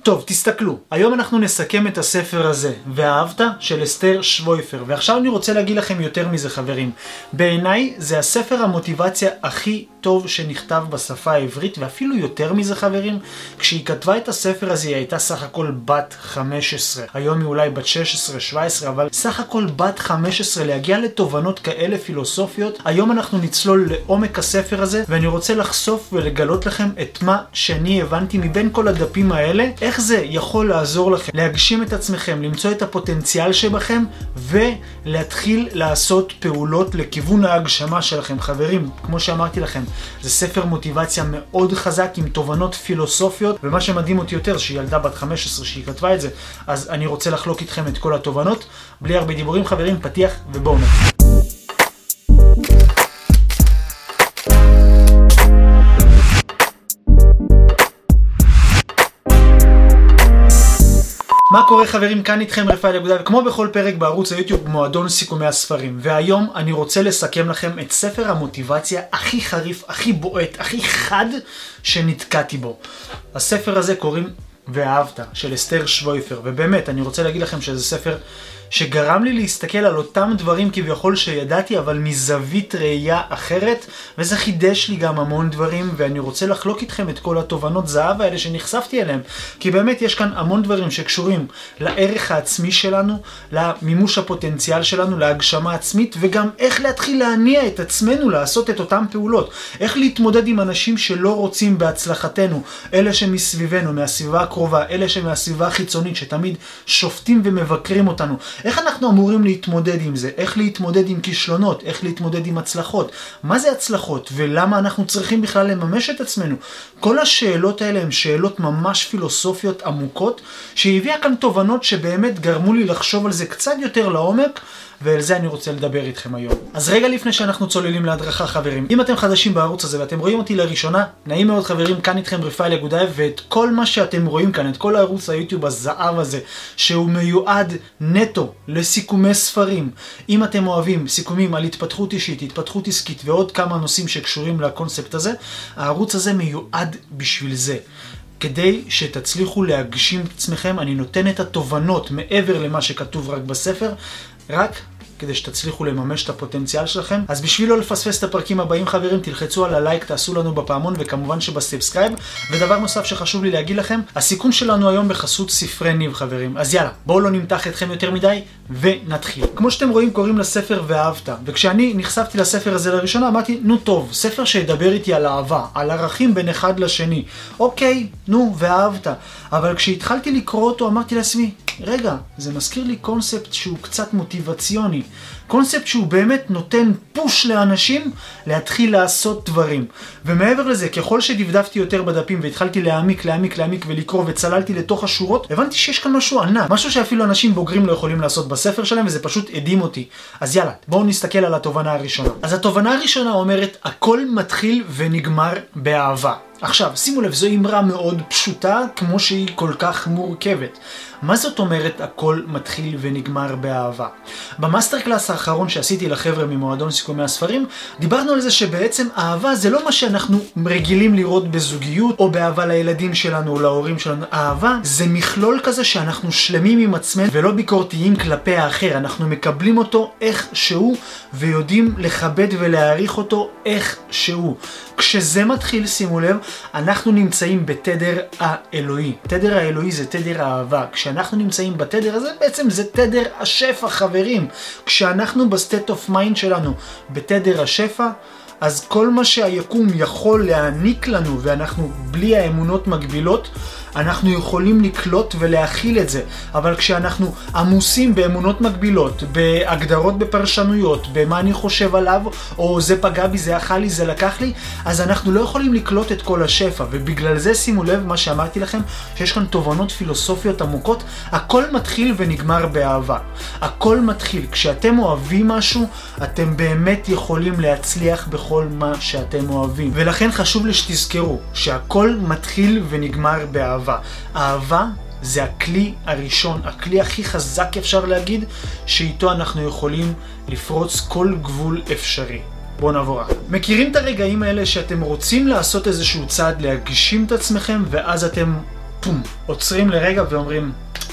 טוב, תסתכלו. היום אנחנו נסכם את הספר הזה, ואהבת, של אסתר שוויפר. ועכשיו אני רוצה להגיד לכם יותר מזה, חברים. בעיניי זה הספר המוטיבציה הכי טוב שנכתב בשפה העברית, ואפילו יותר מזה, חברים. כשהיא כתבה את הספר הזה היא הייתה סך הכל בת 15. היום היא אולי בת 16-17, אבל סך הכל בת 15 להגיע לתובנות כאלה פילוסופיות. היום אנחנו נצלול לעומק הספר הזה, ואני רוצה לחשוף ולגלות לכם את מה שאני הבנתי מבין כל הדפים האלה, איך זה יכול לעזור לכם להגשים את עצמכם, למצוא את הפוטנציאל שבכם, ולהתחיל לעשות פעולות לכיוון ההגשמה שלכם. חברים, כמו שאמרתי לכם, זה ספר מוטיבציה מאוד חזק עם תובנות פילוסופיות, ומה שמדהים אותי יותר, שהיא ילדה בת 15 שהיא כתבה את זה, אז אני רוצה לחלוק איתכם את כל התובנות. בלי הרבה דיבורים, חברים, פתיח ובואו נתחיל. מה קורה, חברים? כאן איתכם רפאל יגודה, וכמו בכל פרק בערוץ היוטיוב מועדון סיכומי הספרים. והיום אני רוצה לסכם לכם את ספר המוטיבציה הכי חריף, הכי בועט, הכי חד שנתקעתי בו. הספר הזה קוראים ואהבת, של אסתר שוויפר, ובאמת אני רוצה להגיד לכם שזה ספר שגרם לי להסתכל על אותם דברים כביכול שידעתי, אבל מזווית ראייה אחרת, וזה חידש לי גם המון דברים, ואני רוצה לחלוק איתכם את כל התובנות זהב האלה שנחשפתי אליהם, כי באמת יש כאן המון דברים שקשורים לערך העצמי שלנו, למימוש הפוטנציאל שלנו, להגשמה עצמית, וגם איך להתחיל להניע את עצמנו לעשות את אותם פעולות, איך להתמודד עם אנשים שלא רוצים בהצלחתנו, אלה שמסביבנו, מהסביבה הקרובה, אלה שמהסביבה החיצונית, שתמיד שופטים ומבקרים אותנו. איך אנחנו אמורים להתמודד עם זה? איך להתמודד עם כישלונות? איך להתמודד עם הצלחות? מה זה הצלחות? ולמה אנחנו צריכים בכלל לממש את עצמנו? כל השאלות האלה הן שאלות ממש פילוסופיות עמוקות, שהביאה כאן תובנות שבאמת גרמו לי לחשוב על זה קצת יותר לעומק, ועל זה אני רוצה לדבר איתכם היום. אז רגע לפני שאנחנו צוללים להדרכה, חברים, אם אתם חדשים בערוץ הזה ואתם רואים אותי לראשונה, נעים מאוד, חברים, כאן איתכם רפאל יגודה, ואת כל מה שאתם רואים כאן, את כל הערוץ היוטיוב הזהב הזה, שהוא מיועד נטו לסיכומי ספרים. אם אתם אוהבים סיכומים על התפתחות אישית, התפתחות עסקית ועוד כמה נושאים שקשורים לקונספט הזה, הערוץ הזה מיועד בשביל זה. כדי שתצליחו להגשים את עצמכם, אני נותן את התובנות מעבר למה שכתוב רק בספר, רק כדי שתצליחו לממש את הפוטנציאל שלכם. אז בשביל לא לפספס את הפרקים הבאים, חברים, תלחצו על הלייק, תעשו לנו בפעמון, וכמובן שבסאבסקרייב. ודבר נוסף שחשוב לי להגיד לכם, הסיכום שלנו היום בחסות ספרי ניב, חברים. אז יאללה, בואו לא נמתח אתכם יותר מדי, ונתחיל. כמו שאתם רואים, קוראים לספר ואהבת. וכשאני נחשפתי לספר הזה לראשונה, אמרתי, נו טוב, ספר שידבר איתי על אהבה, על ערכים בין אחד לשני. אוקיי, נו, ואהבת. אבל כשהתחלתי לקרוא אותו, אמרתי לעצמי, רגע, זה מזכיר לי קונספט שהוא קצת מוטיבציוני. קונספט שהוא באמת נותן פוש לאנשים להתחיל לעשות דברים. ומעבר לזה, ככל שדפדפתי יותר בדפים והתחלתי להעמיק ולקרוא וצללתי לתוך השורות, הבנתי שיש כאן משהו ענק. משהו שאפילו אנשים בוגרים לא יכולים לעשות בספר שלהם, וזה פשוט הדהים אותי. אז יאללה, בואו נסתכל על התובנה הראשונה. אז התובנה הראשונה אומרת, הכל מתחיל ונגמר באהבה. עכשיו, שימו לב, זו אמרה מאוד פשוטה, כמו שהיא כל כך מורכבת. מה זאת אומרת הכל מתחיל ונגמר באהבה? במאסטר קלאס האחרון שעשיתי לחבר'ה ממועדון סיכומי הספרים, דיברנו על זה שבעצם אהבה זה לא מה שאנחנו רגילים לראות בזוגיות, או באהבה לילדים שלנו או להורים שלנו. אהבה זה מכלול כזה שאנחנו שלמים עם עצמנו ולא ביקורתיים כלפי האחר. אנחנו מקבלים אותו איך שהוא, ויודעים לכבד ולהעריך אותו איך שהוא. כשזה מתחיל, שימו לב, אנחנו נמצאים בתדר האלוהי. תדר האלוהי זה תדר האהבה. כשאנחנו נמצאים בתדר הזה, בעצם זה תדר השפע, חברים. כשאנחנו בסטייט אוף מיינד שלנו בתדר השפע, אז כל מה שהיקום יכול להעניק לנו, ואנחנו בלי האמונות מגבילות, אנחנו יכולים לקלוט ולהכיל את זה. אבל כשאנחנו עמוסים באמונות מגבילות, בהגדרות בפרשנויות, במה אני חושב עליו, או זה פגע בי, זה אכל לי, זה לקח לי, אז אנחנו לא יכולים לקלוט את כל השפע. ובגלל זה שימו לב מה שאמרתי לכם, שיש כאן תובנות פילוסופיות עמוקות. הכל מתחיל ונגמר באהבה. הכל מתחיל. כשאתם אוהבים משהו, אתם באמת יכולים להצליח בכל מה שאתם אוהבים. ולכן חשוב לי שתזכרו שהכל מתחיל ונגמר באהבה. אהבה זה הכלי הראשון, הכלי הכי חזק אפשר להגיד, שאיתו אנחנו יכולים לפרוץ כל גבול אפשרי. בואו נעבור. מכירים את הרגעים האלה שאתם רוצים לעשות איזשהו צעד להגשים את עצמכם, ואז אתם פום, עוצרים לרגע ואומרים,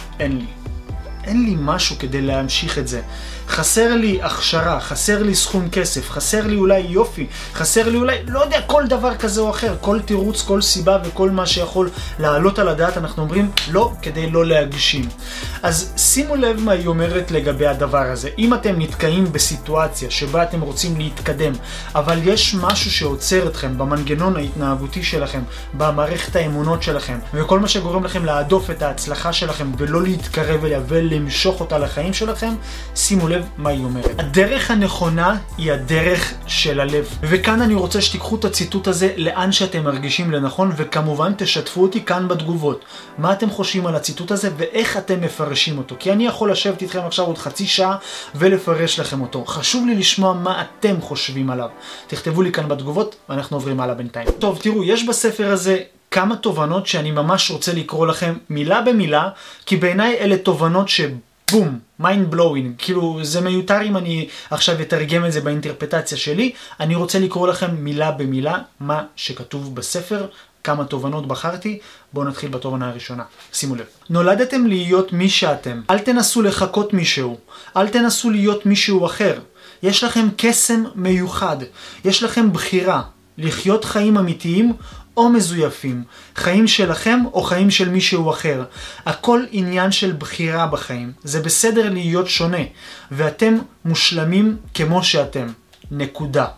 אין לי משהו כדי להמשיך את זה. חסר לי הכשרה, חסר לי סכום כסף, חסר לי אולי יופי, חסר לי אולי, לא יודע, כל דבר כזה או אחר, כל תירוץ, כל סיבה וכל מה שיכול לעלות על הדעת, אנחנו אומרים לא, כדי לא להגשים. אז שימו לב מה היא אומרת לגבי הדבר הזה. אם אתם נתקעים בסיטואציה שבה אתם רוצים להתקדם, אבל יש משהו שעוצר אתכם במנגנון ההתנהגותי שלכם, במערכת האמונות שלכם, וכל מה שגורם לכם להדוף את ההצלחה שלכם ולא להתקרב אליה ולמשוך אותה לחיים שלכם, שימו לב מה היא אומרת. הדרך הנכונה היא הדרך של הלב. וכאן אני רוצה שתיקחו את הציטוט הזה לאן שאתם מרגישים לנכון, וכמובן תשתפו אותי כאן בתגובות. מה אתם חושבים על הציטוט הזה ואיך אתם מפרשים אותו? כי אני יכול לשבת איתכם עכשיו עוד חצי שעה ולפרש לכם אותו. חשוב לי לשמוע מה אתם חושבים עליו. תכתבו לי כאן בתגובות ואנחנו עוברים הלאה בינתיים. טוב, תראו, יש בספר הזה כמה תובנות שאני ממש רוצה לקרוא לכם מילה במילה, כי בעיניי אלה תובנות בום, mind blowing, כאילו זה מיותר אם אני עכשיו אתרגם את זה באינטרפטציה שלי, אני רוצה לקרוא לכם מילה במילה מה שכתוב בספר, כמה תובנות בחרתי. בואו נתחיל בתובנה הראשונה. שימו לב. נולדתם להיות מי שאתם, אל תנסו לחכות מישהו, אל תנסו להיות מישהו אחר. יש לכם קסם מיוחד, יש לכם בחירה, לחיות חיים אמיתיים או מזויפים, חיים שלכם או חיים של מישהו אחר. הכל עניין של בחירה בחיים. זה בסדר להיות שונה, ואתם מושלמים כמו שאתם. נקודה.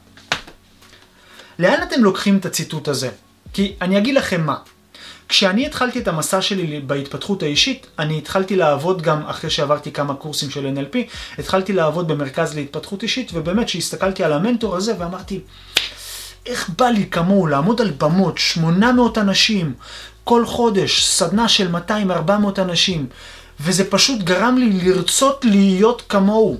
לאן אתם לוקחים את הציטוט הזה? כי אני אגיד לכם מה. כשאני התחלתי את המסע שלי בהתפתחות האישית, אני התחלתי לעבוד גם אחרי שעברתי כמה קורסים של NLP, התחלתי לעבוד במרכז להתפתחות אישית, ובאמת שהסתכלתי על המנטור הזה ואמרתי, איך בא לי כמוהו לעמוד על במות, 800 אנשים, כל חודש, סדנה של 200-400 אנשים, וזה פשוט גרם לי לרצות להיות כמוהו.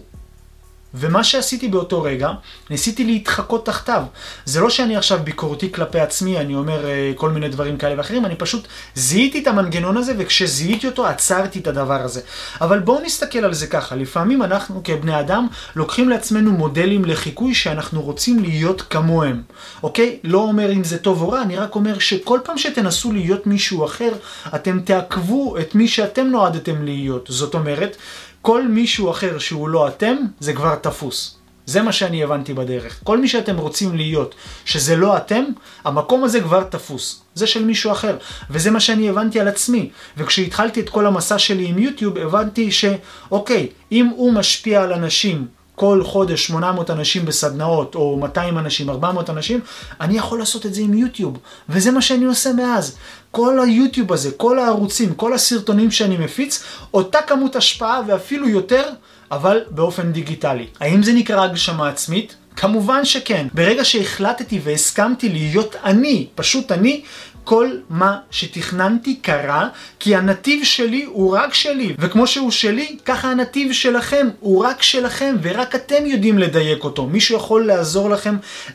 ומה שעשיתי באותו רגע, ניסיתי להתחקות תחתיו. זה לא שאני עכשיו ביקורתי כלפי עצמי, אני אומר כל מיני דברים כאלה ואחרים, אני פשוט זיהיתי את המנגנון הזה, וכשזיהיתי אותו עצרתי את הדבר הזה. אבל בואו נסתכל על זה ככה, לפעמים אנחנו כבני אדם לוקחים לעצמנו מודלים לחיקוי שאנחנו רוצים להיות כמוהם. אוקיי? לא אומר אם זה טוב או רע, אני רק אומר שכל פעם שתנסו להיות מישהו אחר, אתם תעקבו את מי שאתם נועדתם להיות. זאת אומרת, כל מישהו אחר שהוא לא אתם, זה כבר תפוס. זה מה שאני הבנתי בדרך. כל מי שאתם רוצים להיות, שזה לא אתם, המקום הזה כבר תפוס. זה של מישהו אחר. וזה מה שאני הבנתי על עצמי. וכשהתחלתי את כל המסע שלי עם יוטיוב, הבנתי שאוקיי, אם הוא משפיע על אנשים, כל חודש 800 אנשים בסדנאות, או 200 אנשים, 400 אנשים, אני יכול לעשות את זה עם יוטיוב. וזה מה שאני עושה מאז. כל היוטיוב הזה, כל הערוצים, כל הסרטונים שאני מפיץ, אותה כמות השפעה ואפילו יותר, אבל באופן דיגיטלי. האם זה נקרא הגשמה עצמית? כמובן שכן. ברגע שהחלטתי והסכמתי להיות אני, פשוט אני, כל מה שתכננתי קרה, כי הנתיב שלי הוא רק שלי, וכמו שהוא שלי, ככה הנתיב שלכם הוא רק שלכם, ורק אתם יודעים לדייק אותו. מישהו יכול לעזור לכם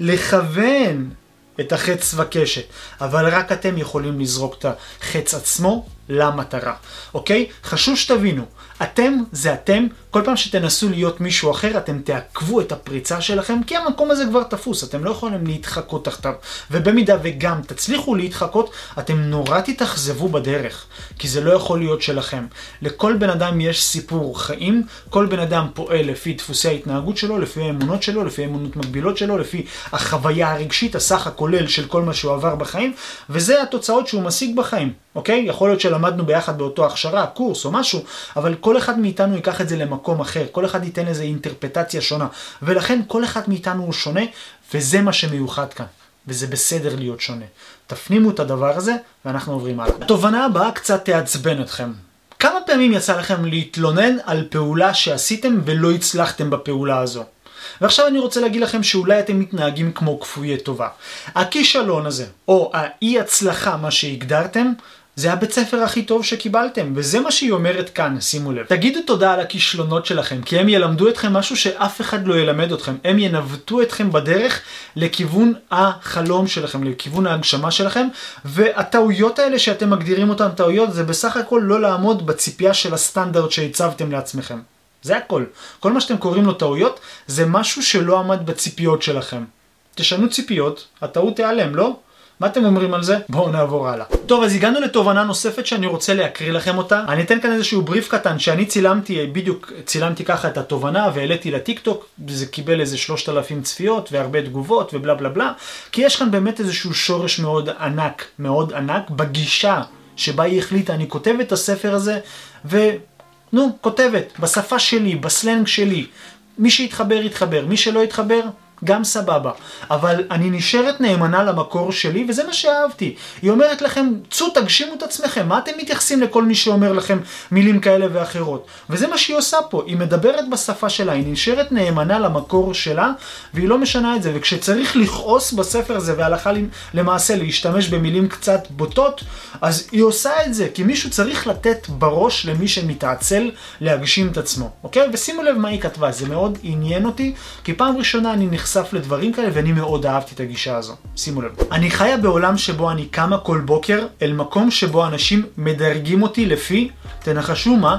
לכוון את החץ וקשת, אבל רק אתם יכולים לזרוק את החץ עצמו למטרה. אוקיי? חשוב שתבינו, אתם זה אתם, כל פעם שתנסו להיות מישהו אחר, אתם תעקבו את הפריצה שלכם, כי המקום הזה כבר תפוס, אתם לא יכולים להתחקות תחתיו. ובמידה וגם תצליחו להתחקות, אתם נורא תתאכזבו בדרך, כי זה לא יכול להיות שלכם. לכל בן אדם יש סיפור חיים, כל בן אדם פועל לפי דפוסי ההתנהגות שלו, לפי האמונות שלו, לפי האמונות מקבילות שלו, לפי החוויה הרגשית, הסך הכולל של כל מה שהוא עבר בחיים, וזה התוצאות שהוא משיג בחיים. אוקיי? יכול להיות שלמדנו ביחד באותו הכשרה, קורס או משהו, אבל כל אחד מאיתנו ייקח את זה למקום אחר, כל אחד ייתן איזו אינטרפטציה שונה, ולכן כל אחד מאיתנו הוא שונה, וזה מה שמיוחד כאן, וזה בסדר להיות שונה. תפנימו את הדבר הזה, ואנחנו עוברים הלאה. התובנה הבאה קצת תעצבן אתכם. כמה פעמים יצא לכם להתלונן על פעולה שעשיתם ולא הצלחתם בפעולה הזו? ועכשיו אני רוצה להגיד לכם שאולי אתם מתנהגים כמו כפויי טובה. הכישלון הזה, או האי הצלחה, מה שהגדרתם, זה הבית ספר הכי טוב שקיבלתם, וזה מה שהיא אומרת כאן, שימו לב. תגידו תודה על הכישלונות שלכם, כי הם ילמדו אתכם משהו שאף אחד לא ילמד אתכם. הם ינווטו אתכם בדרך לכיוון החלום שלכם, לכיוון ההגשמה שלכם, והטעויות האלה שאתם מגדירים אותן טעויות, זה בסך הכל לא לעמוד בציפייה של הסטנדרט שהצבתם לעצמכם. זה הכל. כל מה שאתם קוראים לו טעויות, זה משהו שלא עמד בציפיות שלכם. תשנו ציפיות, הטעות תיעלם, לא? מה אתם אומרים על זה? בואו נעבור הלאה. טוב, אז הגענו לתובנה נוספת שאני רוצה להקריא לכם אותה. אני אתן כאן איזשהו בריף קטן שאני צילמתי ככה את התובנה והעליתי לטיקטוק, זה קיבל איזה 3,000 צפיות והרבה תגובות ובלה בלה בלה, כי יש כאן באמת איזשהו שורש מאוד ענק בגישה שבה היא החליטה. אני כותב את הספר הזה כותבת בשפה שלי, בסלנג שלי. מי שיתחבר יתחבר, מי שלא יתחבר גם סבבה, אבל אני נשארת נאמנה למקור שלי, וזה מה שאהבתי. היא אומרת לכם, צאו תגשימו את עצמכם, מה אתם מתייחסים לכל מי שאומר לכם מילים כאלה ואחרות? וזה מה שהיא עושה פה, היא מדברת בשפה שלה, היא נשארת נאמנה למקור שלה, והיא לא משנה את זה. וכשצריך לכעוס בספר הזה, והלכה למעשה להשתמש במילים קצת בוטות, אז היא עושה את זה, כי מישהו צריך לתת בראש למי שמתעצל להגשים את עצמו, אוקיי? ושימו לב מה היא כתבה, זה מאוד עניין אותי, כי פעם ראשונה אני נחשף לדברים כאלה, ואני מאוד אהבתי את הגישה הזו. שימו לב. אני חיה בעולם שבו אני קמה כל בוקר אל מקום שבו אנשים מדרגים אותי לפי, תנחשו מה?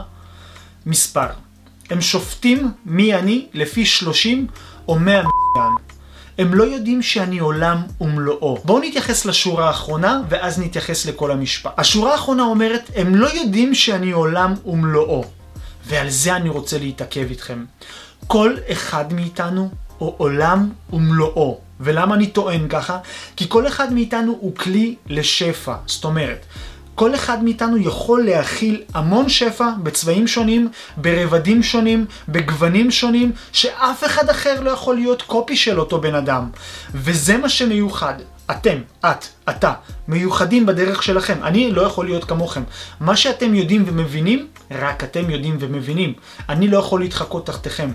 מספר. הם שופטים מי אני לפי 30 או 100 מיליון. הם לא יודעים שאני עולם ומלואו. בואו נתייחס לשורה האחרונה, ואז נתייחס לכל המשפט. השורה האחרונה אומרת, הם לא יודעים שאני עולם ומלואו. ועל זה אני רוצה להתעכב איתכם. כל אחד מאיתנו הוא עולם ומלואו. ולמה אני טוען ככה? כי כל אחד מאיתנו הוא כלי לשפע. זאת אומרת, כל אחד מאיתנו יכול להכיל המון שפע בצבעים שונים, ברבדים שונים, בגוונים שונים, שאף אחד אחר לא יכול להיות קופי של אותו בן אדם. וזה מה שמיוחד. אתם, אתה, מיוחדים בדרך שלכם. אני לא יכול להיות כמוכם. מה שאתם יודעים ומבינים, רק אתם יודעים ומבינים. אני לא יכול להתחקות תחתיכם.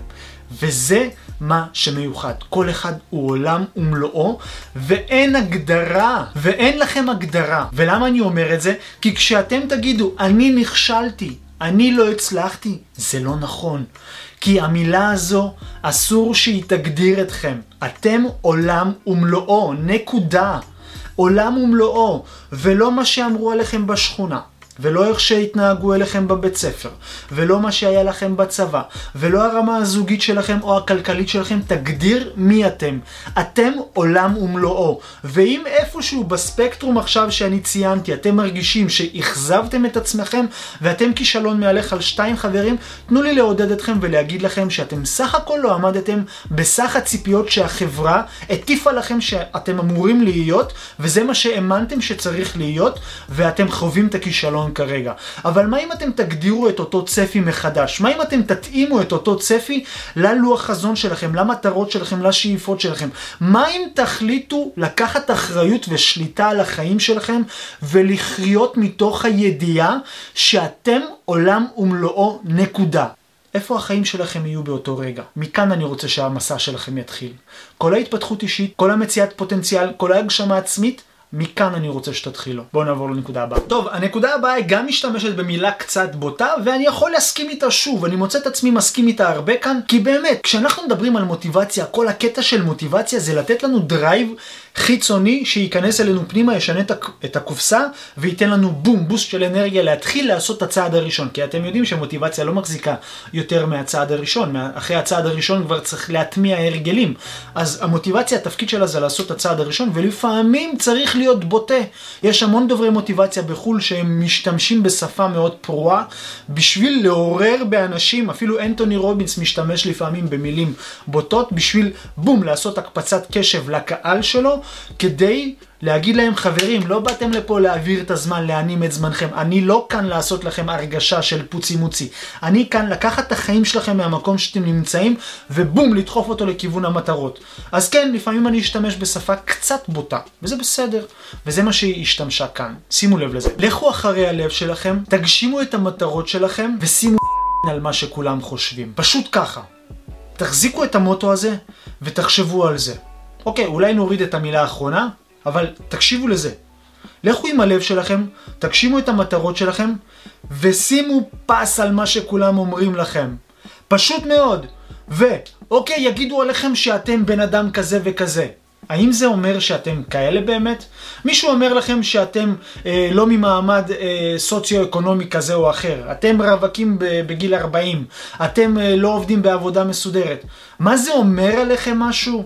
וזה מה שמיוחד. כל אחד הוא עולם ומלואו, ואין הגדרה, ואין לכם הגדרה. ולמה אני אומר את זה? כי כשאתם תגידו, אני נכשלתי, אני לא הצלחתי, זה לא נכון. כי המילה הזו אסור שהיא תגדיר אתכם. אתם עולם ומלואו, נקודה. עולם ומלואו, ולא מה שאמרו עליכם בשכונה. ולא איך שהתנהגו אליכם בבית ספר, ולא מה שהיה לכם בצבא, ולא הרמה הזוגית שלכם או הכלכלית שלכם תגדיר מי אתם. אתם עולם ומלואו. ואם איפשהו בספקטרום עכשיו שאני ציינתי, אתם מרגישים שהחזבתם את עצמכם, ואתם כישלון מהלך על 2 חברים, תנו לי לעודד אתכם ולהגיד לכם שאתם סך הכל לא עמדתם בסך הציפיות שהחברה הטיפה לכם שאתם אמורים להיות, וזה מה שהאמנתם שצריך להיות, ואתם חווים את הכישלון כרגע. אבל מה אם אתם תגדירו את אותו צפי מחדש? מה אם אתם תתאימו את אותו צפי ללוח חזון שלכם, למטרות שלכם, לשאיפות שלכם? מה אם תחליטו לקחת אחריות ושליטה על החיים שלכם ולחיות מתוך הידיעה שאתם עולם ומלואו, נקודה? איפה החיים שלכם יהיו באותו רגע? מכאן אני רוצה שהמסע שלכם יתחיל. כל ההתפתחות אישית, כל המציאת פוטנציאל, כל ההגשמה עצמית, מכאן אני רוצה שתתחילו. בואו נעבור לנקודה הבאה. טוב, הנקודה הבאה היא גם משתמשת במילה קצת בוטה, ואני יכול להסכים איתה שוב. אני מוצא את עצמי מסכים איתה הרבה כאן, כי באמת, כשאנחנו מדברים על מוטיבציה, כל הקטע של מוטיבציה זה לתת לנו דרייב חיצוני שייכנס אלינו פנימה, ישנה את הקופסה, וייתן לנו בום, בוסט של אנרגיה להתחיל לעשות את הצעד הראשון. כי אתם יודעים שמוטיבציה לא מחזיקה יותר מהצעד הראשון. אחרי הצעד הראשון כבר צריך להטמיע הרגלים. אז המוטיבציה, התפקיד שלה זה לעשות את הצעד הראשון, ולפעמים צריך להיות בוטה. יש המון דוברי מוטיבציה בחול שהם משתמשים בשפה מאוד פרועה, בשביל לעורר באנשים, אפילו אנטוני רובינס משתמש לפעמים במילים בוטות, בשביל בום, לעשות הקפצת קשב לקהל שלו, כדי להגיד להם, חברים, לא באתם לפה להעביר את הזמן, להנים את זמנכם. אני לא כאן לעשות לכם הרגשה של פוצי מוצי. אני כאן לקחת את החיים שלכם מהמקום שאתם נמצאים, ובום, לדחוף אותו לכיוון המטרות. אז כן, לפעמים אני אשתמש בשפה קצת בוטה, וזה בסדר. וזה מה שהיא השתמשה כאן. שימו לב לזה. לכו אחרי הלב שלכם, תגשימו את המטרות שלכם, ושימו על מה שכולם חושבים. פשוט ככה. תחזיקו את המוטו הזה, ותחשבו על זה. אוקיי, אולי נוריד את המילה האחרונה, אבל תקשיבו לזה. לכו עם הלב שלכם, תגשימו את המטרות שלכם, ושימו פס על מה שכולם אומרים לכם. פשוט מאוד. ואוקיי, יגידו עליכם שאתם בן אדם כזה וכזה. האם זה אומר שאתם כאלה באמת? מישהו אומר לכם שאתם לא ממעמד סוציו-אקונומי כזה או אחר. אתם רווקים בגיל 40. אתם לא עובדים בעבודה מסודרת. מה זה אומר עליכם משהו?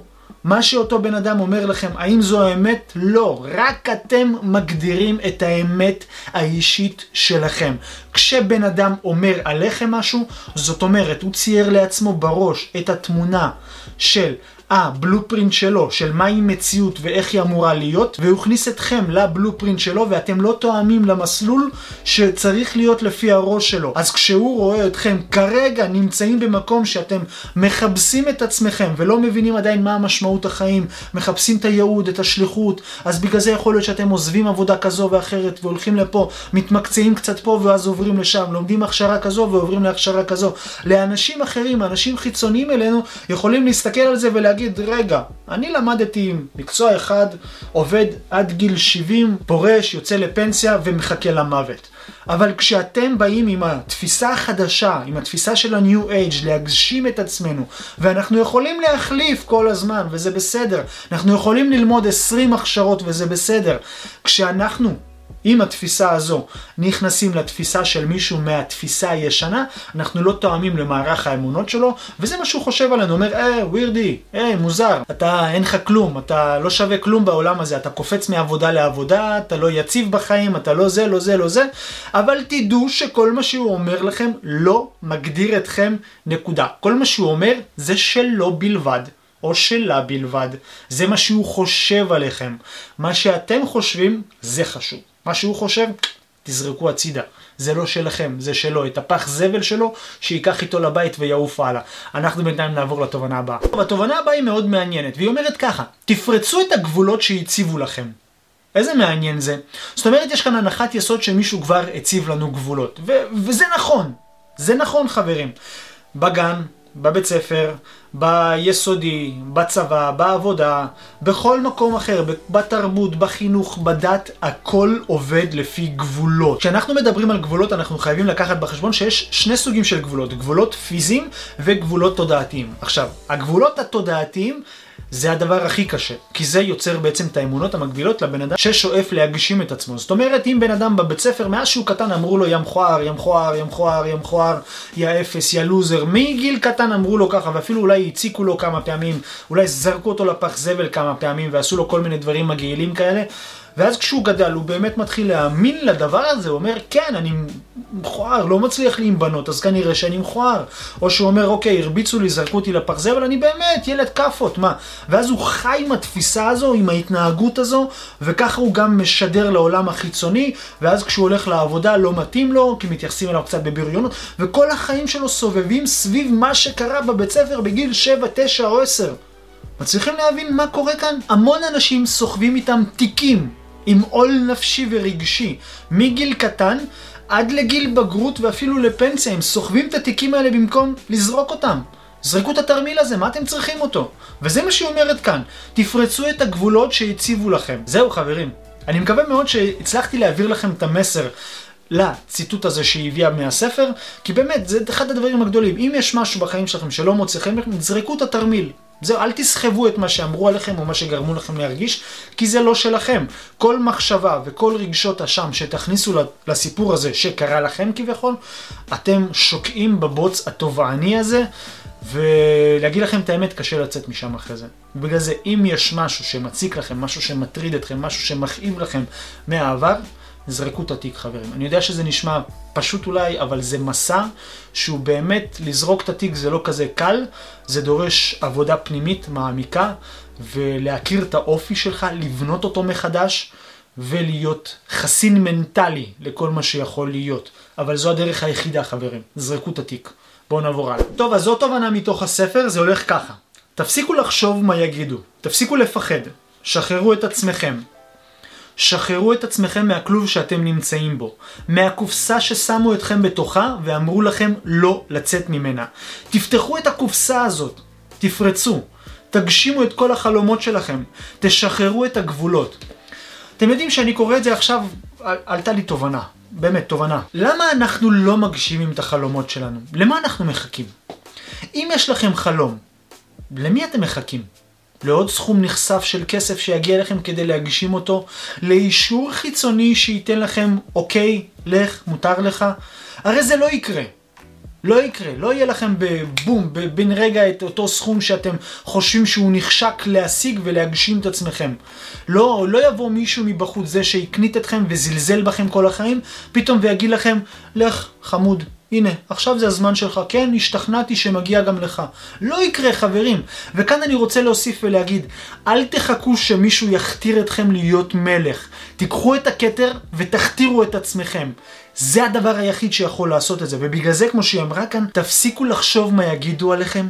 מה שאותו בן אדם אומר לכם, האם זו האמת? לא. רק אתם מגדירים את האמת האישית שלכם. כשבן אדם אומר עליכם משהו, זאת אומרת, הוא צייר לעצמו בראש את התמונה של הבלופרינט שלו, של מהי מציאות ואיך היא אמורה להיות, והוא הכניס אתכם לבלופרינט שלו, ואתם לא תואמים למסלול שצריך להיות לפי הראש שלו. אז כשהוא רואה אתכם כרגע נמצאים במקום שאתם מחפשים את עצמכם ולא מבינים עדיין מה המשמעות החיים, מחפשים את הייעוד, את השליחות, אז בגלל זה יכול להיות שאתם עוזבים עבודה כזו ואחרת והולכים לפה, מתמקצעים קצת פה ואז עוברים לשם, לומדים הכשרה כזו ועוברים להכשרה כזו. לאנשים אחרים, אנשים חיצוניים אלינו, יכולים להסתכל על זה ולהגיד, רגע, אני למדתי מקצוע אחד, עובד עד גיל 70, פורש, יוצא לפנסיה ומחכה למוות. אבל כשאתם באים עם התפיסה החדשה, עם התפיסה של ה-New Age, להגשים את עצמנו, ואנחנו יכולים להחליף כל הזמן, וזה בסדר. אנחנו יכולים ללמוד 20 הכשרות, וזה בסדר. כשאנחנו עם התפיסה הזו נכנסים לתפיסה של מישהו מהתפיסה הישנה, אנחנו לא תואמים למערך האמונות שלו, וזה מה שהוא חושב עלינו, אומר, ווירדי, מוזר, אתה אין לך כלום, אתה לא שווה כלום בעולם הזה, אתה קופץ מעבודה לעבודה, אתה לא יציב בחיים, אתה לא זה, לא זה, לא זה, אבל תדעו שכל מה שהוא אומר לכם לא מגדיר אתכם, נקודה. כל מה שהוא אומר זה שלו בלבד. או שלה בלבד. זה מה שהוא חושב עליכם. מה שאתם חושבים, זה חשוב. מה שהוא חושב, תזרקו הצידה. זה לא שלכם, זה שלו. את הפח זבל שלו, שיקח איתו לבית ויעוף הלאה. אנחנו בינתיים נעבור לתובנה הבאה. התובנה הבאה היא מאוד מעניינת, והיא אומרת ככה, תפרצו את הגבולות שהציבו לכם. איזה מעניין זה? זאת אומרת, יש כאן הנחת יסוד שמישהו כבר הציב לנו גבולות. וזה נכון. זה נכון, חברים. בגן, בבית ספר, ביסודי, בצבא, בעבודה, בכל מקום אחר, בתרבות, בחינוך, בדת, הכל עובד לפי גבולות. כשאנחנו מדברים על גבולות, אנחנו חייבים לקחת בחשבון שיש שני סוגים של גבולות, גבולות פיזיים וגבולות תודעתיים. עכשיו, הגבולות התודעתיים זה הדבר הכי קשה, כי זה יוצר בעצם את האמונות המקבילות לבן אדם ששואף להגשים את עצמו. זאת אומרת, אם בן אדם בבית ספר, מאז שהוא קטן אמרו לו יא מכוער, יא מכוער, יא מכוער, יא מכוער, יא אפס, יא לוזר, מגיל קטן אמרו לו ככה, ואפילו אולי הציקו לו כמה פעמים, אולי זרקו אותו לפח זבל כמה פעמים, ועשו לו כל מיני דברים מגעילים כאלה, ואז כשהוא גדל, הוא באמת מתחיל להאמין לדבר הזה, הוא אומר, כן, אני מכוער, לא מצליח לי עם בנות, אז כנראה שאני מכוער. או שהוא אומר, אוקיי, הרביצו לי, זרקו אותי לפח זבל, אני באמת ילד כפות, מה? ואז הוא חי עם התפיסה הזו, עם ההתנהגות הזו, וככה הוא גם משדר לעולם החיצוני, ואז כשהוא הולך לעבודה לא מתאים לו, כי מתייחסים אליו קצת בבריונות, וכל החיים שלו סובבים סביב מה שקרה בבית ספר בגיל 7, 9 או 10. מצליחים להבין מה קורה כאן? המון אנשים סוחבים איתם תיקים, עם עול נפשי ורגשי, מגיל קטן עד לגיל בגרות ואפילו לפנסיה, הם סוחבים את התיקים האלה במקום לזרוק אותם. זרקו את התרמיל הזה, מה אתם צריכים אותו? וזה מה שהיא אומרת כאן, תפרצו את הגבולות שהציבו לכם. זהו חברים, אני מקווה מאוד שהצלחתי להעביר לכם את המסר לציטוט הזה שהיא הביאה מהספר, כי באמת זה אחד הדברים הגדולים. אם יש משהו בחיים שלכם שלא מוצא חן לכם, זרקו את התרמיל. זהו, אל תסחבו את מה שאמרו עליכם או מה שגרמו לכם להרגיש, כי זה לא שלכם. כל מחשבה וכל רגשות אשם שתכניסו לסיפור הזה שקרה לכם כביכול, אתם שוקעים בבוץ התובעני הזה, ולהגיד לכם את האמת קשה לצאת משם אחרי זה. בגלל זה, אם יש משהו שמציק לכם, משהו שמטריד אתכם, משהו שמכאיב לכם מהעבר, זרקו את התיק חברים. אני יודע שזה נשמע פשוט אולי, אבל זה מסע שהוא באמת, לזרוק את התיק זה לא כזה קל, זה דורש עבודה פנימית מעמיקה, ולהכיר את האופי שלך, לבנות אותו מחדש, ולהיות חסין מנטלי לכל מה שיכול להיות. אבל זו הדרך היחידה חברים, זרקו את התיק. בואו נעבור הלאה. טוב, אז זו תובנה מתוך הספר, זה הולך ככה. תפסיקו לחשוב מה יגידו, תפסיקו לפחד, שחררו את עצמכם. שחררו את עצמכם מהכלוב שאתם נמצאים בו, מהקופסה ששמו אתכם בתוכה ואמרו לכם לא לצאת ממנה. תפתחו את הקופסה הזאת, תפרצו, תגשימו את כל החלומות שלכם, תשחררו את הגבולות. אתם יודעים שאני קורא את זה עכשיו, עלתה לי תובנה, באמת תובנה. למה אנחנו לא מגשימים את החלומות שלנו? למה אנחנו מחכים? אם יש לכם חלום, למי אתם מחכים? לעוד סכום נחשף של כסף שיגיע לכם כדי להגשים אותו, לאישור חיצוני שייתן לכם, אוקיי, לך, מותר לך, הרי זה לא יקרה. לא יקרה, לא יהיה לכם בבום, בן רגע את אותו סכום שאתם חושבים שהוא נחשק להשיג ולהגשים את עצמכם. לא יבוא מישהו מבחוץ, זה שיקנית אתכם וזלזל בכם כל החיים, פתאום ויגיד לכם, לך חמוד, הנה, עכשיו זה הזמן שלך, כן, השתכנעתי שמגיע גם לך. לא יקרה חברים, וכאן אני רוצה להוסיף ולהגיד, אל תחכו שמישהו יכתיר אתכם להיות מלך. תיקחו את הכתר ותכתירו את עצמכם. זה הדבר היחיד שיכול לעשות את זה, ובגלל זה כמו שהיא אמרה כאן, תפסיקו לחשוב מה יגידו עליכם,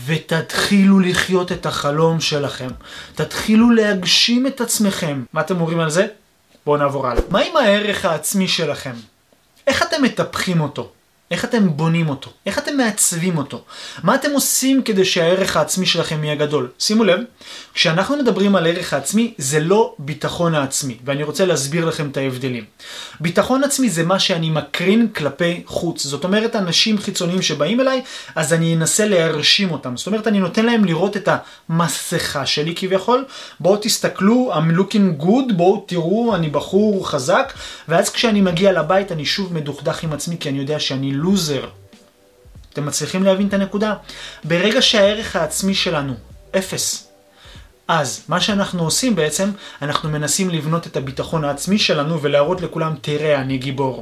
ותתחילו לחיות את החלום שלכם. תתחילו להגשים את עצמכם. מה אתם אומרים על זה? בואו נעבור הלאה. מה עם הערך העצמי שלכם? איך אתם מטפחים אותו? איך אתם בונים אותו? איך אתם מעצבים אותו? מה אתם עושים כדי שהערך העצמי שלכם יהיה גדול? שימו לב, כשאנחנו מדברים על ערך העצמי, זה לא ביטחון העצמי, ואני רוצה להסביר לכם את ההבדלים. ביטחון עצמי זה מה שאני מקרין כלפי חוץ. זאת אומרת, אנשים חיצוניים שבאים אליי, אז אני אנסה להרשים אותם. זאת אומרת, אני נותן להם לראות את המסכה שלי כביכול. בואו תסתכלו, I'm looking good, בואו תראו, אני בחור חזק, ואז כשאני מגיע לבית, אני שוב מדוכדך עם עצמי, כי אני יודע שאני לוזר. אתם מצליחים להבין את הנקודה? ברגע שהערך העצמי שלנו אפס, אז מה שאנחנו עושים בעצם, אנחנו מנסים לבנות את הביטחון העצמי שלנו ולהראות לכולם, תראה, אני גיבור.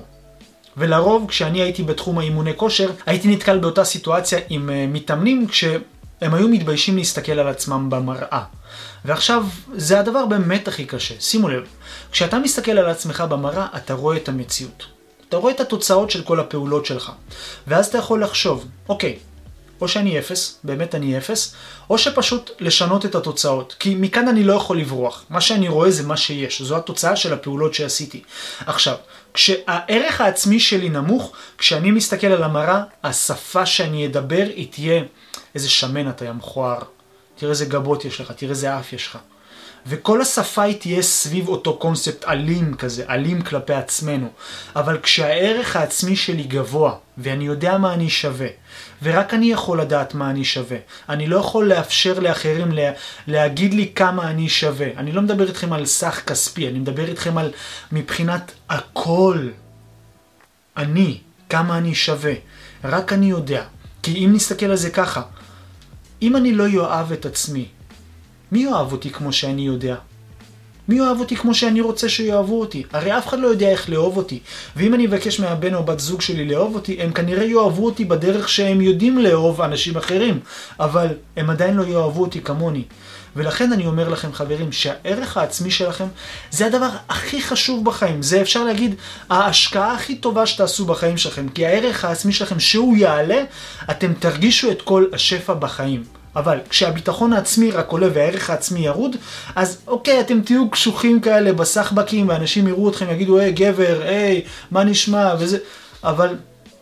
ולרוב, כשאני הייתי בתחום האימוני כושר, הייתי נתקל באותה סיטואציה עם מתאמנים כשהם היו מתביישים להסתכל על עצמם במראה. ועכשיו, זה הדבר באמת הכי קשה. שימו לב, כשאתה מסתכל על עצמך במראה, אתה רואה את המציאות. אתה רואה את התוצאות של כל הפעולות שלך. ואז אתה יכול לחשוב, אוקיי, או שאני אפס, באמת אני אפס, או שפשוט לשנות את התוצאות. כי מכאן אני לא יכול לברוח. מה שאני רואה זה מה שיש. זו התוצאה של הפעולות שעשיתי. עכשיו, כשהערך העצמי שלי נמוך, כשאני מסתכל על המראה, השפה שאני אדבר היא תהיה איזה שמן אתה, יא מכוער. תראה איזה גבות יש לך, תראה איזה אף יש לך. וכל השפה היא תהיה סביב אותו קונספט אלים כזה, אלים כלפי עצמנו. אבל כשהערך העצמי שלי גבוה, ואני יודע מה אני שווה, ורק אני יכול לדעת מה אני שווה, אני לא יכול לאפשר לאחרים להגיד לי כמה אני שווה. אני לא מדבר איתכם על סך כספי, אני מדבר איתכם על מבחינת הכל. אני, כמה אני שווה, רק אני יודע. כי אם נסתכל על זה ככה, אם אני לא יאהב את עצמי, מי יאהב אותי כמו שאני יודע? מי יאהב אותי כמו שאני רוצה שיאהבו אותי? הרי אף אחד לא יודע איך לאהוב אותי. ואם אני אבקש מהבן או בת זוג שלי לאהוב אותי, הם כנראה יאהבו אותי בדרך שהם יודעים לאהוב אנשים אחרים. אבל הם עדיין לא יאהבו אותי כמוני. ולכן אני אומר לכם חברים, שהערך העצמי שלכם זה הדבר הכי חשוב בחיים. זה אפשר להגיד ההשקעה הכי טובה שתעשו בחיים שלכם. כי הערך העצמי שלכם שהוא יעלה, אתם תרגישו את כל השפע בחיים. אבל כשהביטחון העצמי רק עולה והערך העצמי ירוד, אז אוקיי, אתם תהיו קשוחים כאלה בסחבקים, ואנשים יראו אתכם, יגידו, היי גבר, היי, מה נשמע, וזה. אבל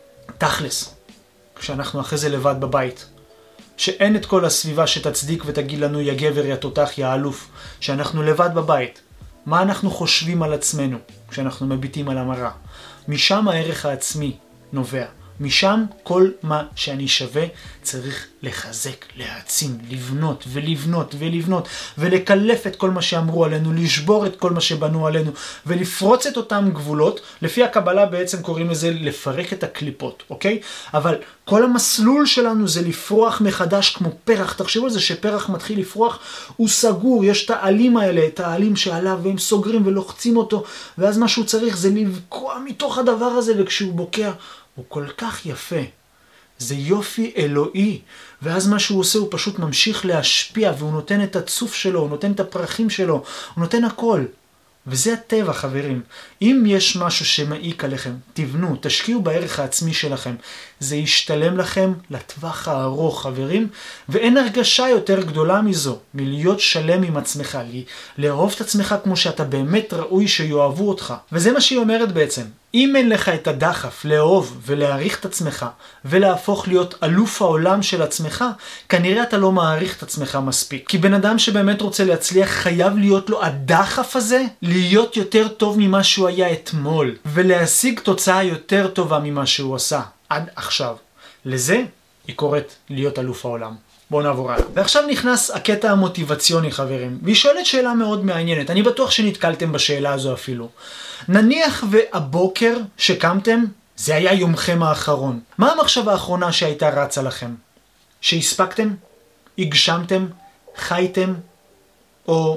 תכלס, כשאנחנו אחרי זה לבד בבית, שאין את כל הסביבה שתצדיק ותגיד לנו, יא גבר, יא תותח, יא אלוף, שאנחנו לבד בבית, מה אנחנו חושבים על עצמנו כשאנחנו מביטים על המראה? משם הערך העצמי נובע. משם כל מה שאני שווה צריך לחזק, להעצים, לבנות ולבנות ולבנות ולקלף את כל מה שאמרו עלינו, לשבור את כל מה שבנו עלינו ולפרוץ את אותם גבולות. לפי הקבלה בעצם קוראים לזה לפרק את הקליפות, אוקיי? אבל כל המסלול שלנו זה לפרוח מחדש כמו פרח. תחשבו על זה שפרח מתחיל לפרוח, הוא סגור, יש את העלים האלה, את העלים שעליו והם סוגרים ולוחצים אותו, ואז מה שהוא צריך זה לבקוע מתוך הדבר הזה, וכשהוא בוקע הוא כל כך יפה. זה יופי אלוהי. ואז מה שהוא עושה הוא פשוט ממשיך להשפיע, והוא נותן את הצוף שלו, הוא נותן את הפרחים שלו, הוא נותן הכל. וזה הטבע חברים. אם יש משהו שמעיק עליכם, תבנו, תשקיעו בערך העצמי שלכם. זה ישתלם לכם לטווח הארוך חברים, ואין הרגשה יותר גדולה מזו, מלהיות שלם עם עצמך, לאהוב את עצמך כמו שאתה באמת ראוי שיואהבו אותך. וזה מה שהיא אומרת בעצם. אם אין לך את הדחף לאהוב ולהעריך את עצמך ולהפוך להיות אלוף העולם של עצמך, כנראה אתה לא מעריך את עצמך מספיק. כי בן אדם שבאמת רוצה להצליח חייב להיות לו הדחף הזה להיות יותר טוב ממה שהוא היה אתמול ולהשיג תוצאה יותר טובה ממה שהוא עשה עד עכשיו. לזה היא קוראת להיות אלוף העולם. בואו נעבור הלאה. ועכשיו נכנס הקטע המוטיבציוני חברים. והיא שואלת שאלה מאוד מעניינת. אני בטוח שנתקלתם בשאלה הזו אפילו. נניח והבוקר שקמתם זה היה יומכם האחרון. מה המחשבה האחרונה שהייתה רצה לכם? שהספקתם? הגשמתם? חייתם? או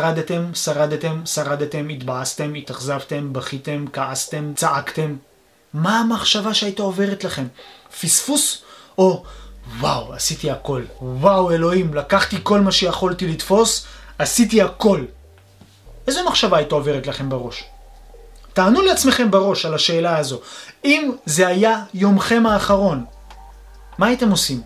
שרדתם, התבאסתם, התאכזבתם, בכיתם, כעסתם, צעקתם? מה המחשבה שהייתה עוברת לכם? פספוס? או וואו, עשיתי הכל. וואו אלוהים, לקחתי כל מה שיכולתי לתפוס, עשיתי הכל. איזו מחשבה הייתה עוברת לכם בראש? תענו לעצמכם בראש על השאלה הזו. אם זה היה יומכם האחרון, מה הייתם עושים?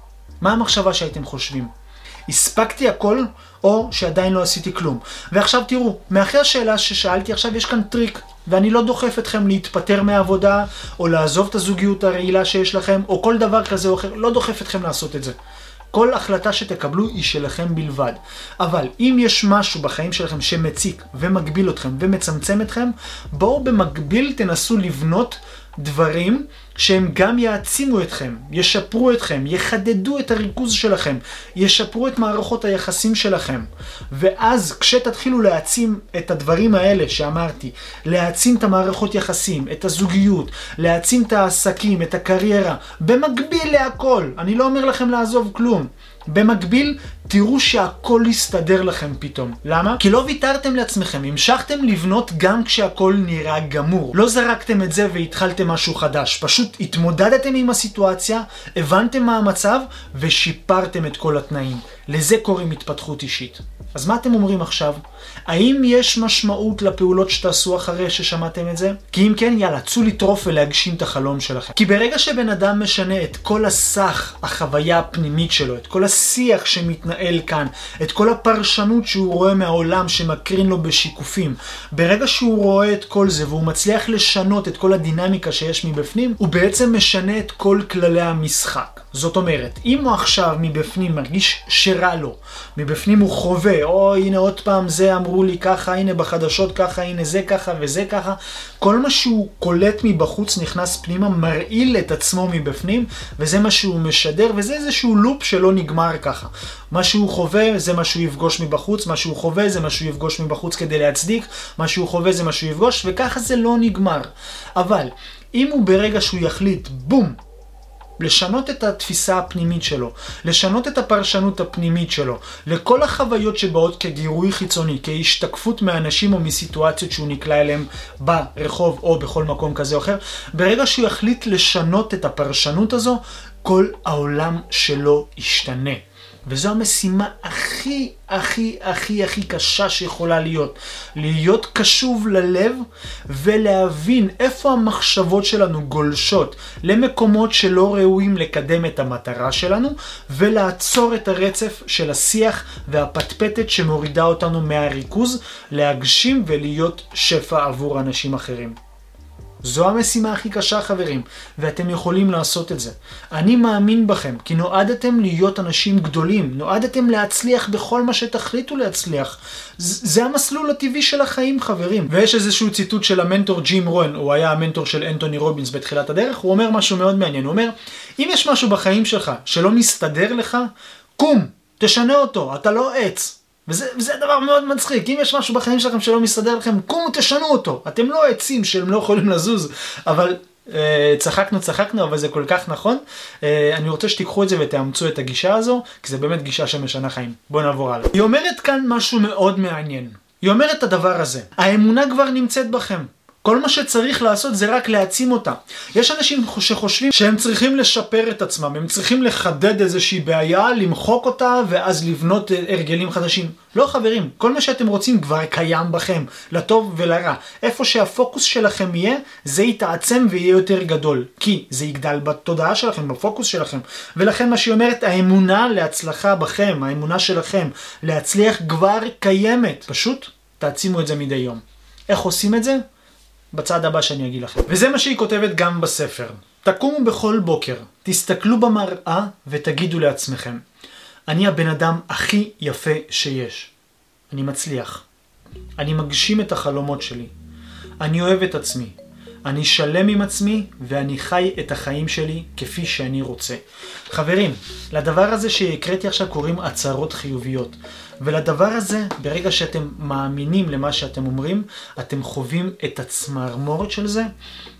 מה המחשבה שהייתם חושבים? הספקתי הכל או שעדיין לא עשיתי כלום? ועכשיו תראו, מאחרי השאלה ששאלתי עכשיו יש כאן טריק, ואני לא דוחף אתכם להתפטר מהעבודה או לעזוב את הזוגיות הרעילה שיש לכם או כל דבר כזה או אחר, לא דוחף אתכם לעשות את זה. כל החלטה שתקבלו היא שלכם בלבד. אבל אם יש משהו בחיים שלכם שמציק ומגביל אתכם ומצמצם אתכם, בואו במקביל תנסו לבנות דברים שהם גם יעצימו אתכם, ישפרו אתכם, יחדדו את הריכוז שלכם, ישפרו את מערכות היחסים שלכם. ואז כשתתחילו להעצים את הדברים האלה שאמרתי, להעצים את המערכות יחסים, את הזוגיות, להעצים את העסקים, את הקריירה, במקביל להכל, אני לא אומר לכם לעזוב כלום, במקביל תראו שהכל יסתדר לכם פתאום. למה? כי לא ויתרתם לעצמכם, המשכתם לבנות גם כשהכל נראה גמור. לא זרקתם את זה והתחלתם משהו חדש, פשוט התמודדתם עם הסיטואציה, הבנתם מה המצב ושיפרתם את כל התנאים. לזה קוראים התפתחות אישית. אז מה אתם אומרים עכשיו? האם יש משמעות לפעולות שתעשו אחרי ששמעתם את זה? כי אם כן, יאללה, צאו לטרוף ולהגשים את החלום שלכם. כי ברגע שבן אדם משנה את כל הסך, החוויה הפנימית שלו, את כל השיח שמתנהל כאן, את כל הפרשנות שהוא רואה מהעולם שמקרין לו בשיקופים, ברגע שהוא רואה את כל זה והוא מצליח לשנות את כל הדינמיקה שיש מבפנים, הוא בעצם משנה את כל כללי המשחק. זאת אומרת, אם הוא עכשיו מבפנים מרגיש שרע לו, מבפנים הוא חווה, או הנה עוד פעם זה אמרו לי ככה, הנה בחדשות ככה, הנה זה ככה וזה ככה, כל מה שהוא קולט מבחוץ נכנס פנימה, מרעיל את עצמו מבפנים, וזה מה שהוא משדר, וזה איזשהו לופ שלא נגמר ככה. מה שהוא חווה זה מה שהוא יפגוש מבחוץ, מה שהוא חווה זה מה שהוא יפגוש מבחוץ כדי להצדיק, מה שהוא חווה זה מה שהוא יפגוש, וככה זה לא נגמר. אבל אם הוא ברגע שהוא יחליט, בום, לשנות את התפיסה הפנימית שלו, לשנות את הפרשנות הפנימית שלו, לכל החוויות שבאות כגירוי חיצוני, כהשתקפות מאנשים או מסיטואציות שהוא נקלע אליהם ברחוב או בכל מקום כזה או אחר, ברגע שהוא יחליט לשנות את הפרשנות הזו, כל העולם שלו ישתנה. וזו המשימה הכי קשה שיכולה להיות. להיות קשוב ללב ולהבין איפה המחשבות שלנו גולשות למקומות שלא ראויים לקדם את המטרה שלנו, ולעצור את הרצף של השיח והפטפטת שמורידה אותנו מהריכוז, להגשים ולהיות שפע עבור אנשים אחרים. זו המשימה הכי קשה, חברים, ואתם יכולים לעשות את זה. אני מאמין בכם, כי נועדתם להיות אנשים גדולים, נועדתם להצליח בכל מה שתחליטו להצליח. זה המסלול הטבעי של החיים, חברים. ויש איזשהו ציטוט של המנטור ג'ים רון, הוא היה המנטור של אנטוני רובינס בתחילת הדרך, הוא אומר משהו מאוד מעניין, הוא אומר, אם יש משהו בחיים שלך שלא מסתדר לך, קום, תשנה אותו, אתה לא עץ. וזה דבר מאוד מצחיק. אם יש משהו בחיים שלכם שלא מסתדר לכם, קומו תשנו אותו. אתם לא עצים שהם לא יכולים לזוז, אבל צחקנו, אבל זה כל כך נכון. אני רוצה שתיקחו את זה ותאמצו את הגישה הזו, כי זה באמת גישה שמשנה חיים. בואו נעבור הלאה. היא אומרת כאן משהו מאוד מעניין. היא אומרת את הדבר הזה. האמונה כבר נמצאת בכם. כל מה שצריך לעשות זה רק להעצים אותה. יש אנשים שחושבים שהם צריכים לשפר את עצמם, הם צריכים לחדד איזושהי בעיה, למחוק אותה ואז לבנות הרגלים חדשים. לא, חברים, כל מה שאתם רוצים כבר קיים בכם, לטוב ולרע. איפה שהפוקוס שלכם יהיה, זה יתעצם ויהיה יותר גדול, כי זה יגדל בתודעה שלכם, בפוקוס שלכם. ולכן מה שהיא אומרת, האמונה להצלחה בכם, האמונה שלכם להצליח כבר קיימת. פשוט תעצימו את זה מדי יום. איך עושים את זה? בצד הבא שאני אגיד לכם. וזה מה שהיא כותבת גם בספר. תקומו בכל בוקר, תסתכלו במראה ותגידו לעצמכם, אני הבן אדם הכי יפה שיש. אני מצליח. אני מגשים את החלומות שלי. אני אוהב את עצמי. אני שלם עם עצמי ואני חי את החיים שלי כפי שאני רוצה. חברים, לדבר הזה שהקראתי עכשיו קוראים הצהרות חיוביות. ולדבר הזה, ברגע שאתם מאמינים למה שאתם אומרים, אתם חווים את הצמרמורת של זה,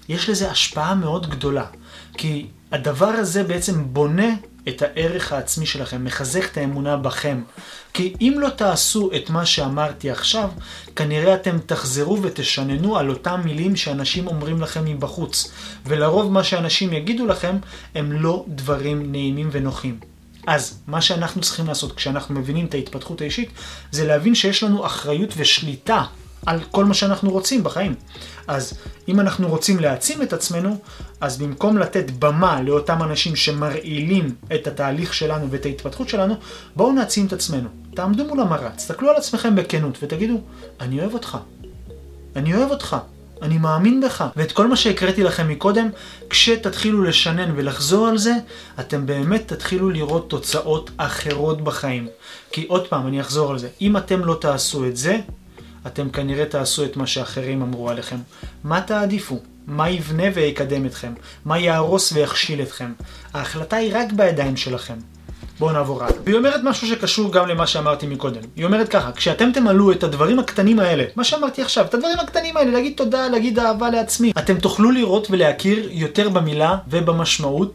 יש לזה השפעה מאוד גדולה. כי הדבר הזה בעצם בונה את הערך העצמי שלכם, מחזק את האמונה בכם. כי אם לא תעשו את מה שאמרתי עכשיו, כנראה אתם תחזרו ותשננו על אותם מילים שאנשים אומרים לכם מבחוץ. ולרוב מה שאנשים יגידו לכם הם לא דברים נעימים ונוחים. אז מה שאנחנו צריכים לעשות כשאנחנו מבינים את ההתפתחות האישית, זה להבין שיש לנו אחריות ושליטה על כל מה שאנחנו רוצים בחיים. אז אם אנחנו רוצים להעצים את עצמנו, אז במקום לתת במה לאותם אנשים שמרעילים את התהליך שלנו ואת ההתפתחות שלנו, בואו נעצים את עצמנו. תעמדו מול המראה, תסתכלו על עצמכם בכנות ותגידו, אני אוהב אותך. אני אוהב אותך. אני מאמין בך. ואת כל מה שהקראתי לכם מקודם, כשתתחילו לשנן ולחזור על זה, אתם באמת תתחילו לראות תוצאות אחרות בחיים. כי עוד פעם, אני אחזור על זה. אם אתם לא תעשו את זה, אתם כנראה תעשו את מה שאחרים אמרו עליכם. מה תעדיפו? מה יבנה ויקדם אתכם? מה יהרוס ויכשיל אתכם? ההחלטה היא רק בידיים שלכם. בואו נעבור הלאה. והיא אומרת משהו שקשור גם למה שאמרתי מקודם. היא אומרת ככה, כשאתם תמלאו את הדברים הקטנים האלה, מה שאמרתי עכשיו, את הדברים הקטנים האלה, להגיד תודה, להגיד אהבה לעצמי, אתם תוכלו לראות ולהכיר יותר במילה ובמשמעות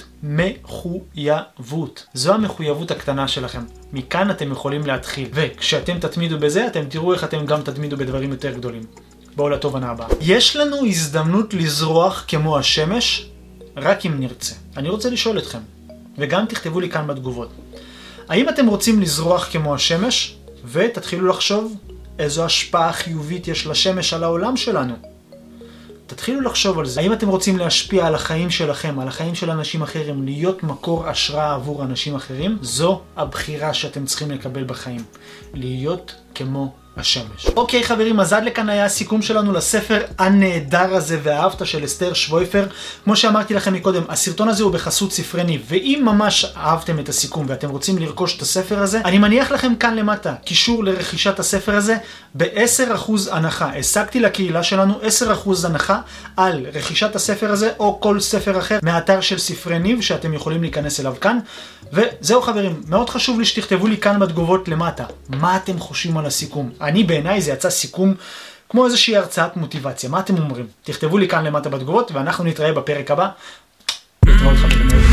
מחויבות. זו המחויבות הקטנה שלכם. מכאן אתם יכולים להתחיל. וכשאתם תתמידו בזה, אתם תראו איך אתם גם תתמידו בדברים יותר גדולים. בואו לתובנה הבאה. יש לנו הזדמנות לזרוח כמו השמש, רק אם נרצה. אני רוצה לשאול אתכם, וגם תכתבו לי כאן בתגובות. האם אתם רוצים לזרוח כמו השמש, ותתחילו לחשוב איזו השפעה חיובית יש לשמש על העולם שלנו? תתחילו לחשוב על זה. האם אתם רוצים להשפיע על החיים שלכם, על החיים של אנשים אחרים, להיות מקור השראה עבור אנשים אחרים? זו הבחירה שאתם צריכים לקבל בחיים. להיות כמו השמש. אוקיי חברים, אז עד לכאן היה הסיכום שלנו לספר הנהדר הזה והאהבת של אסתר שוויפר. כמו שאמרתי לכם מקודם, הסרטון הזה הוא בחסות ספרי ניב, ואם ממש אהבתם את הסיכום ואתם רוצים לרכוש את הספר הזה, אני מניח לכם כאן למטה קישור לרכישת הספר הזה ב-10% הנחה. השגתי לקהילה שלנו 10% הנחה על רכישת הספר הזה או כל ספר אחר מהאתר של ספרי ניב שאתם יכולים להיכנס אליו כאן. וזהו חברים, מאוד חשוב לי שתכתבו לי כאן בתגובות למטה מה אתם חושבים על הסיכום. אני בעיניי זה יצא סיכום כמו איזושהי הרצאת מוטיבציה. מה אתם אומרים? תכתבו לי כאן למטה בתגובות ואנחנו נתראה בפרק הבא. להתראות חברים.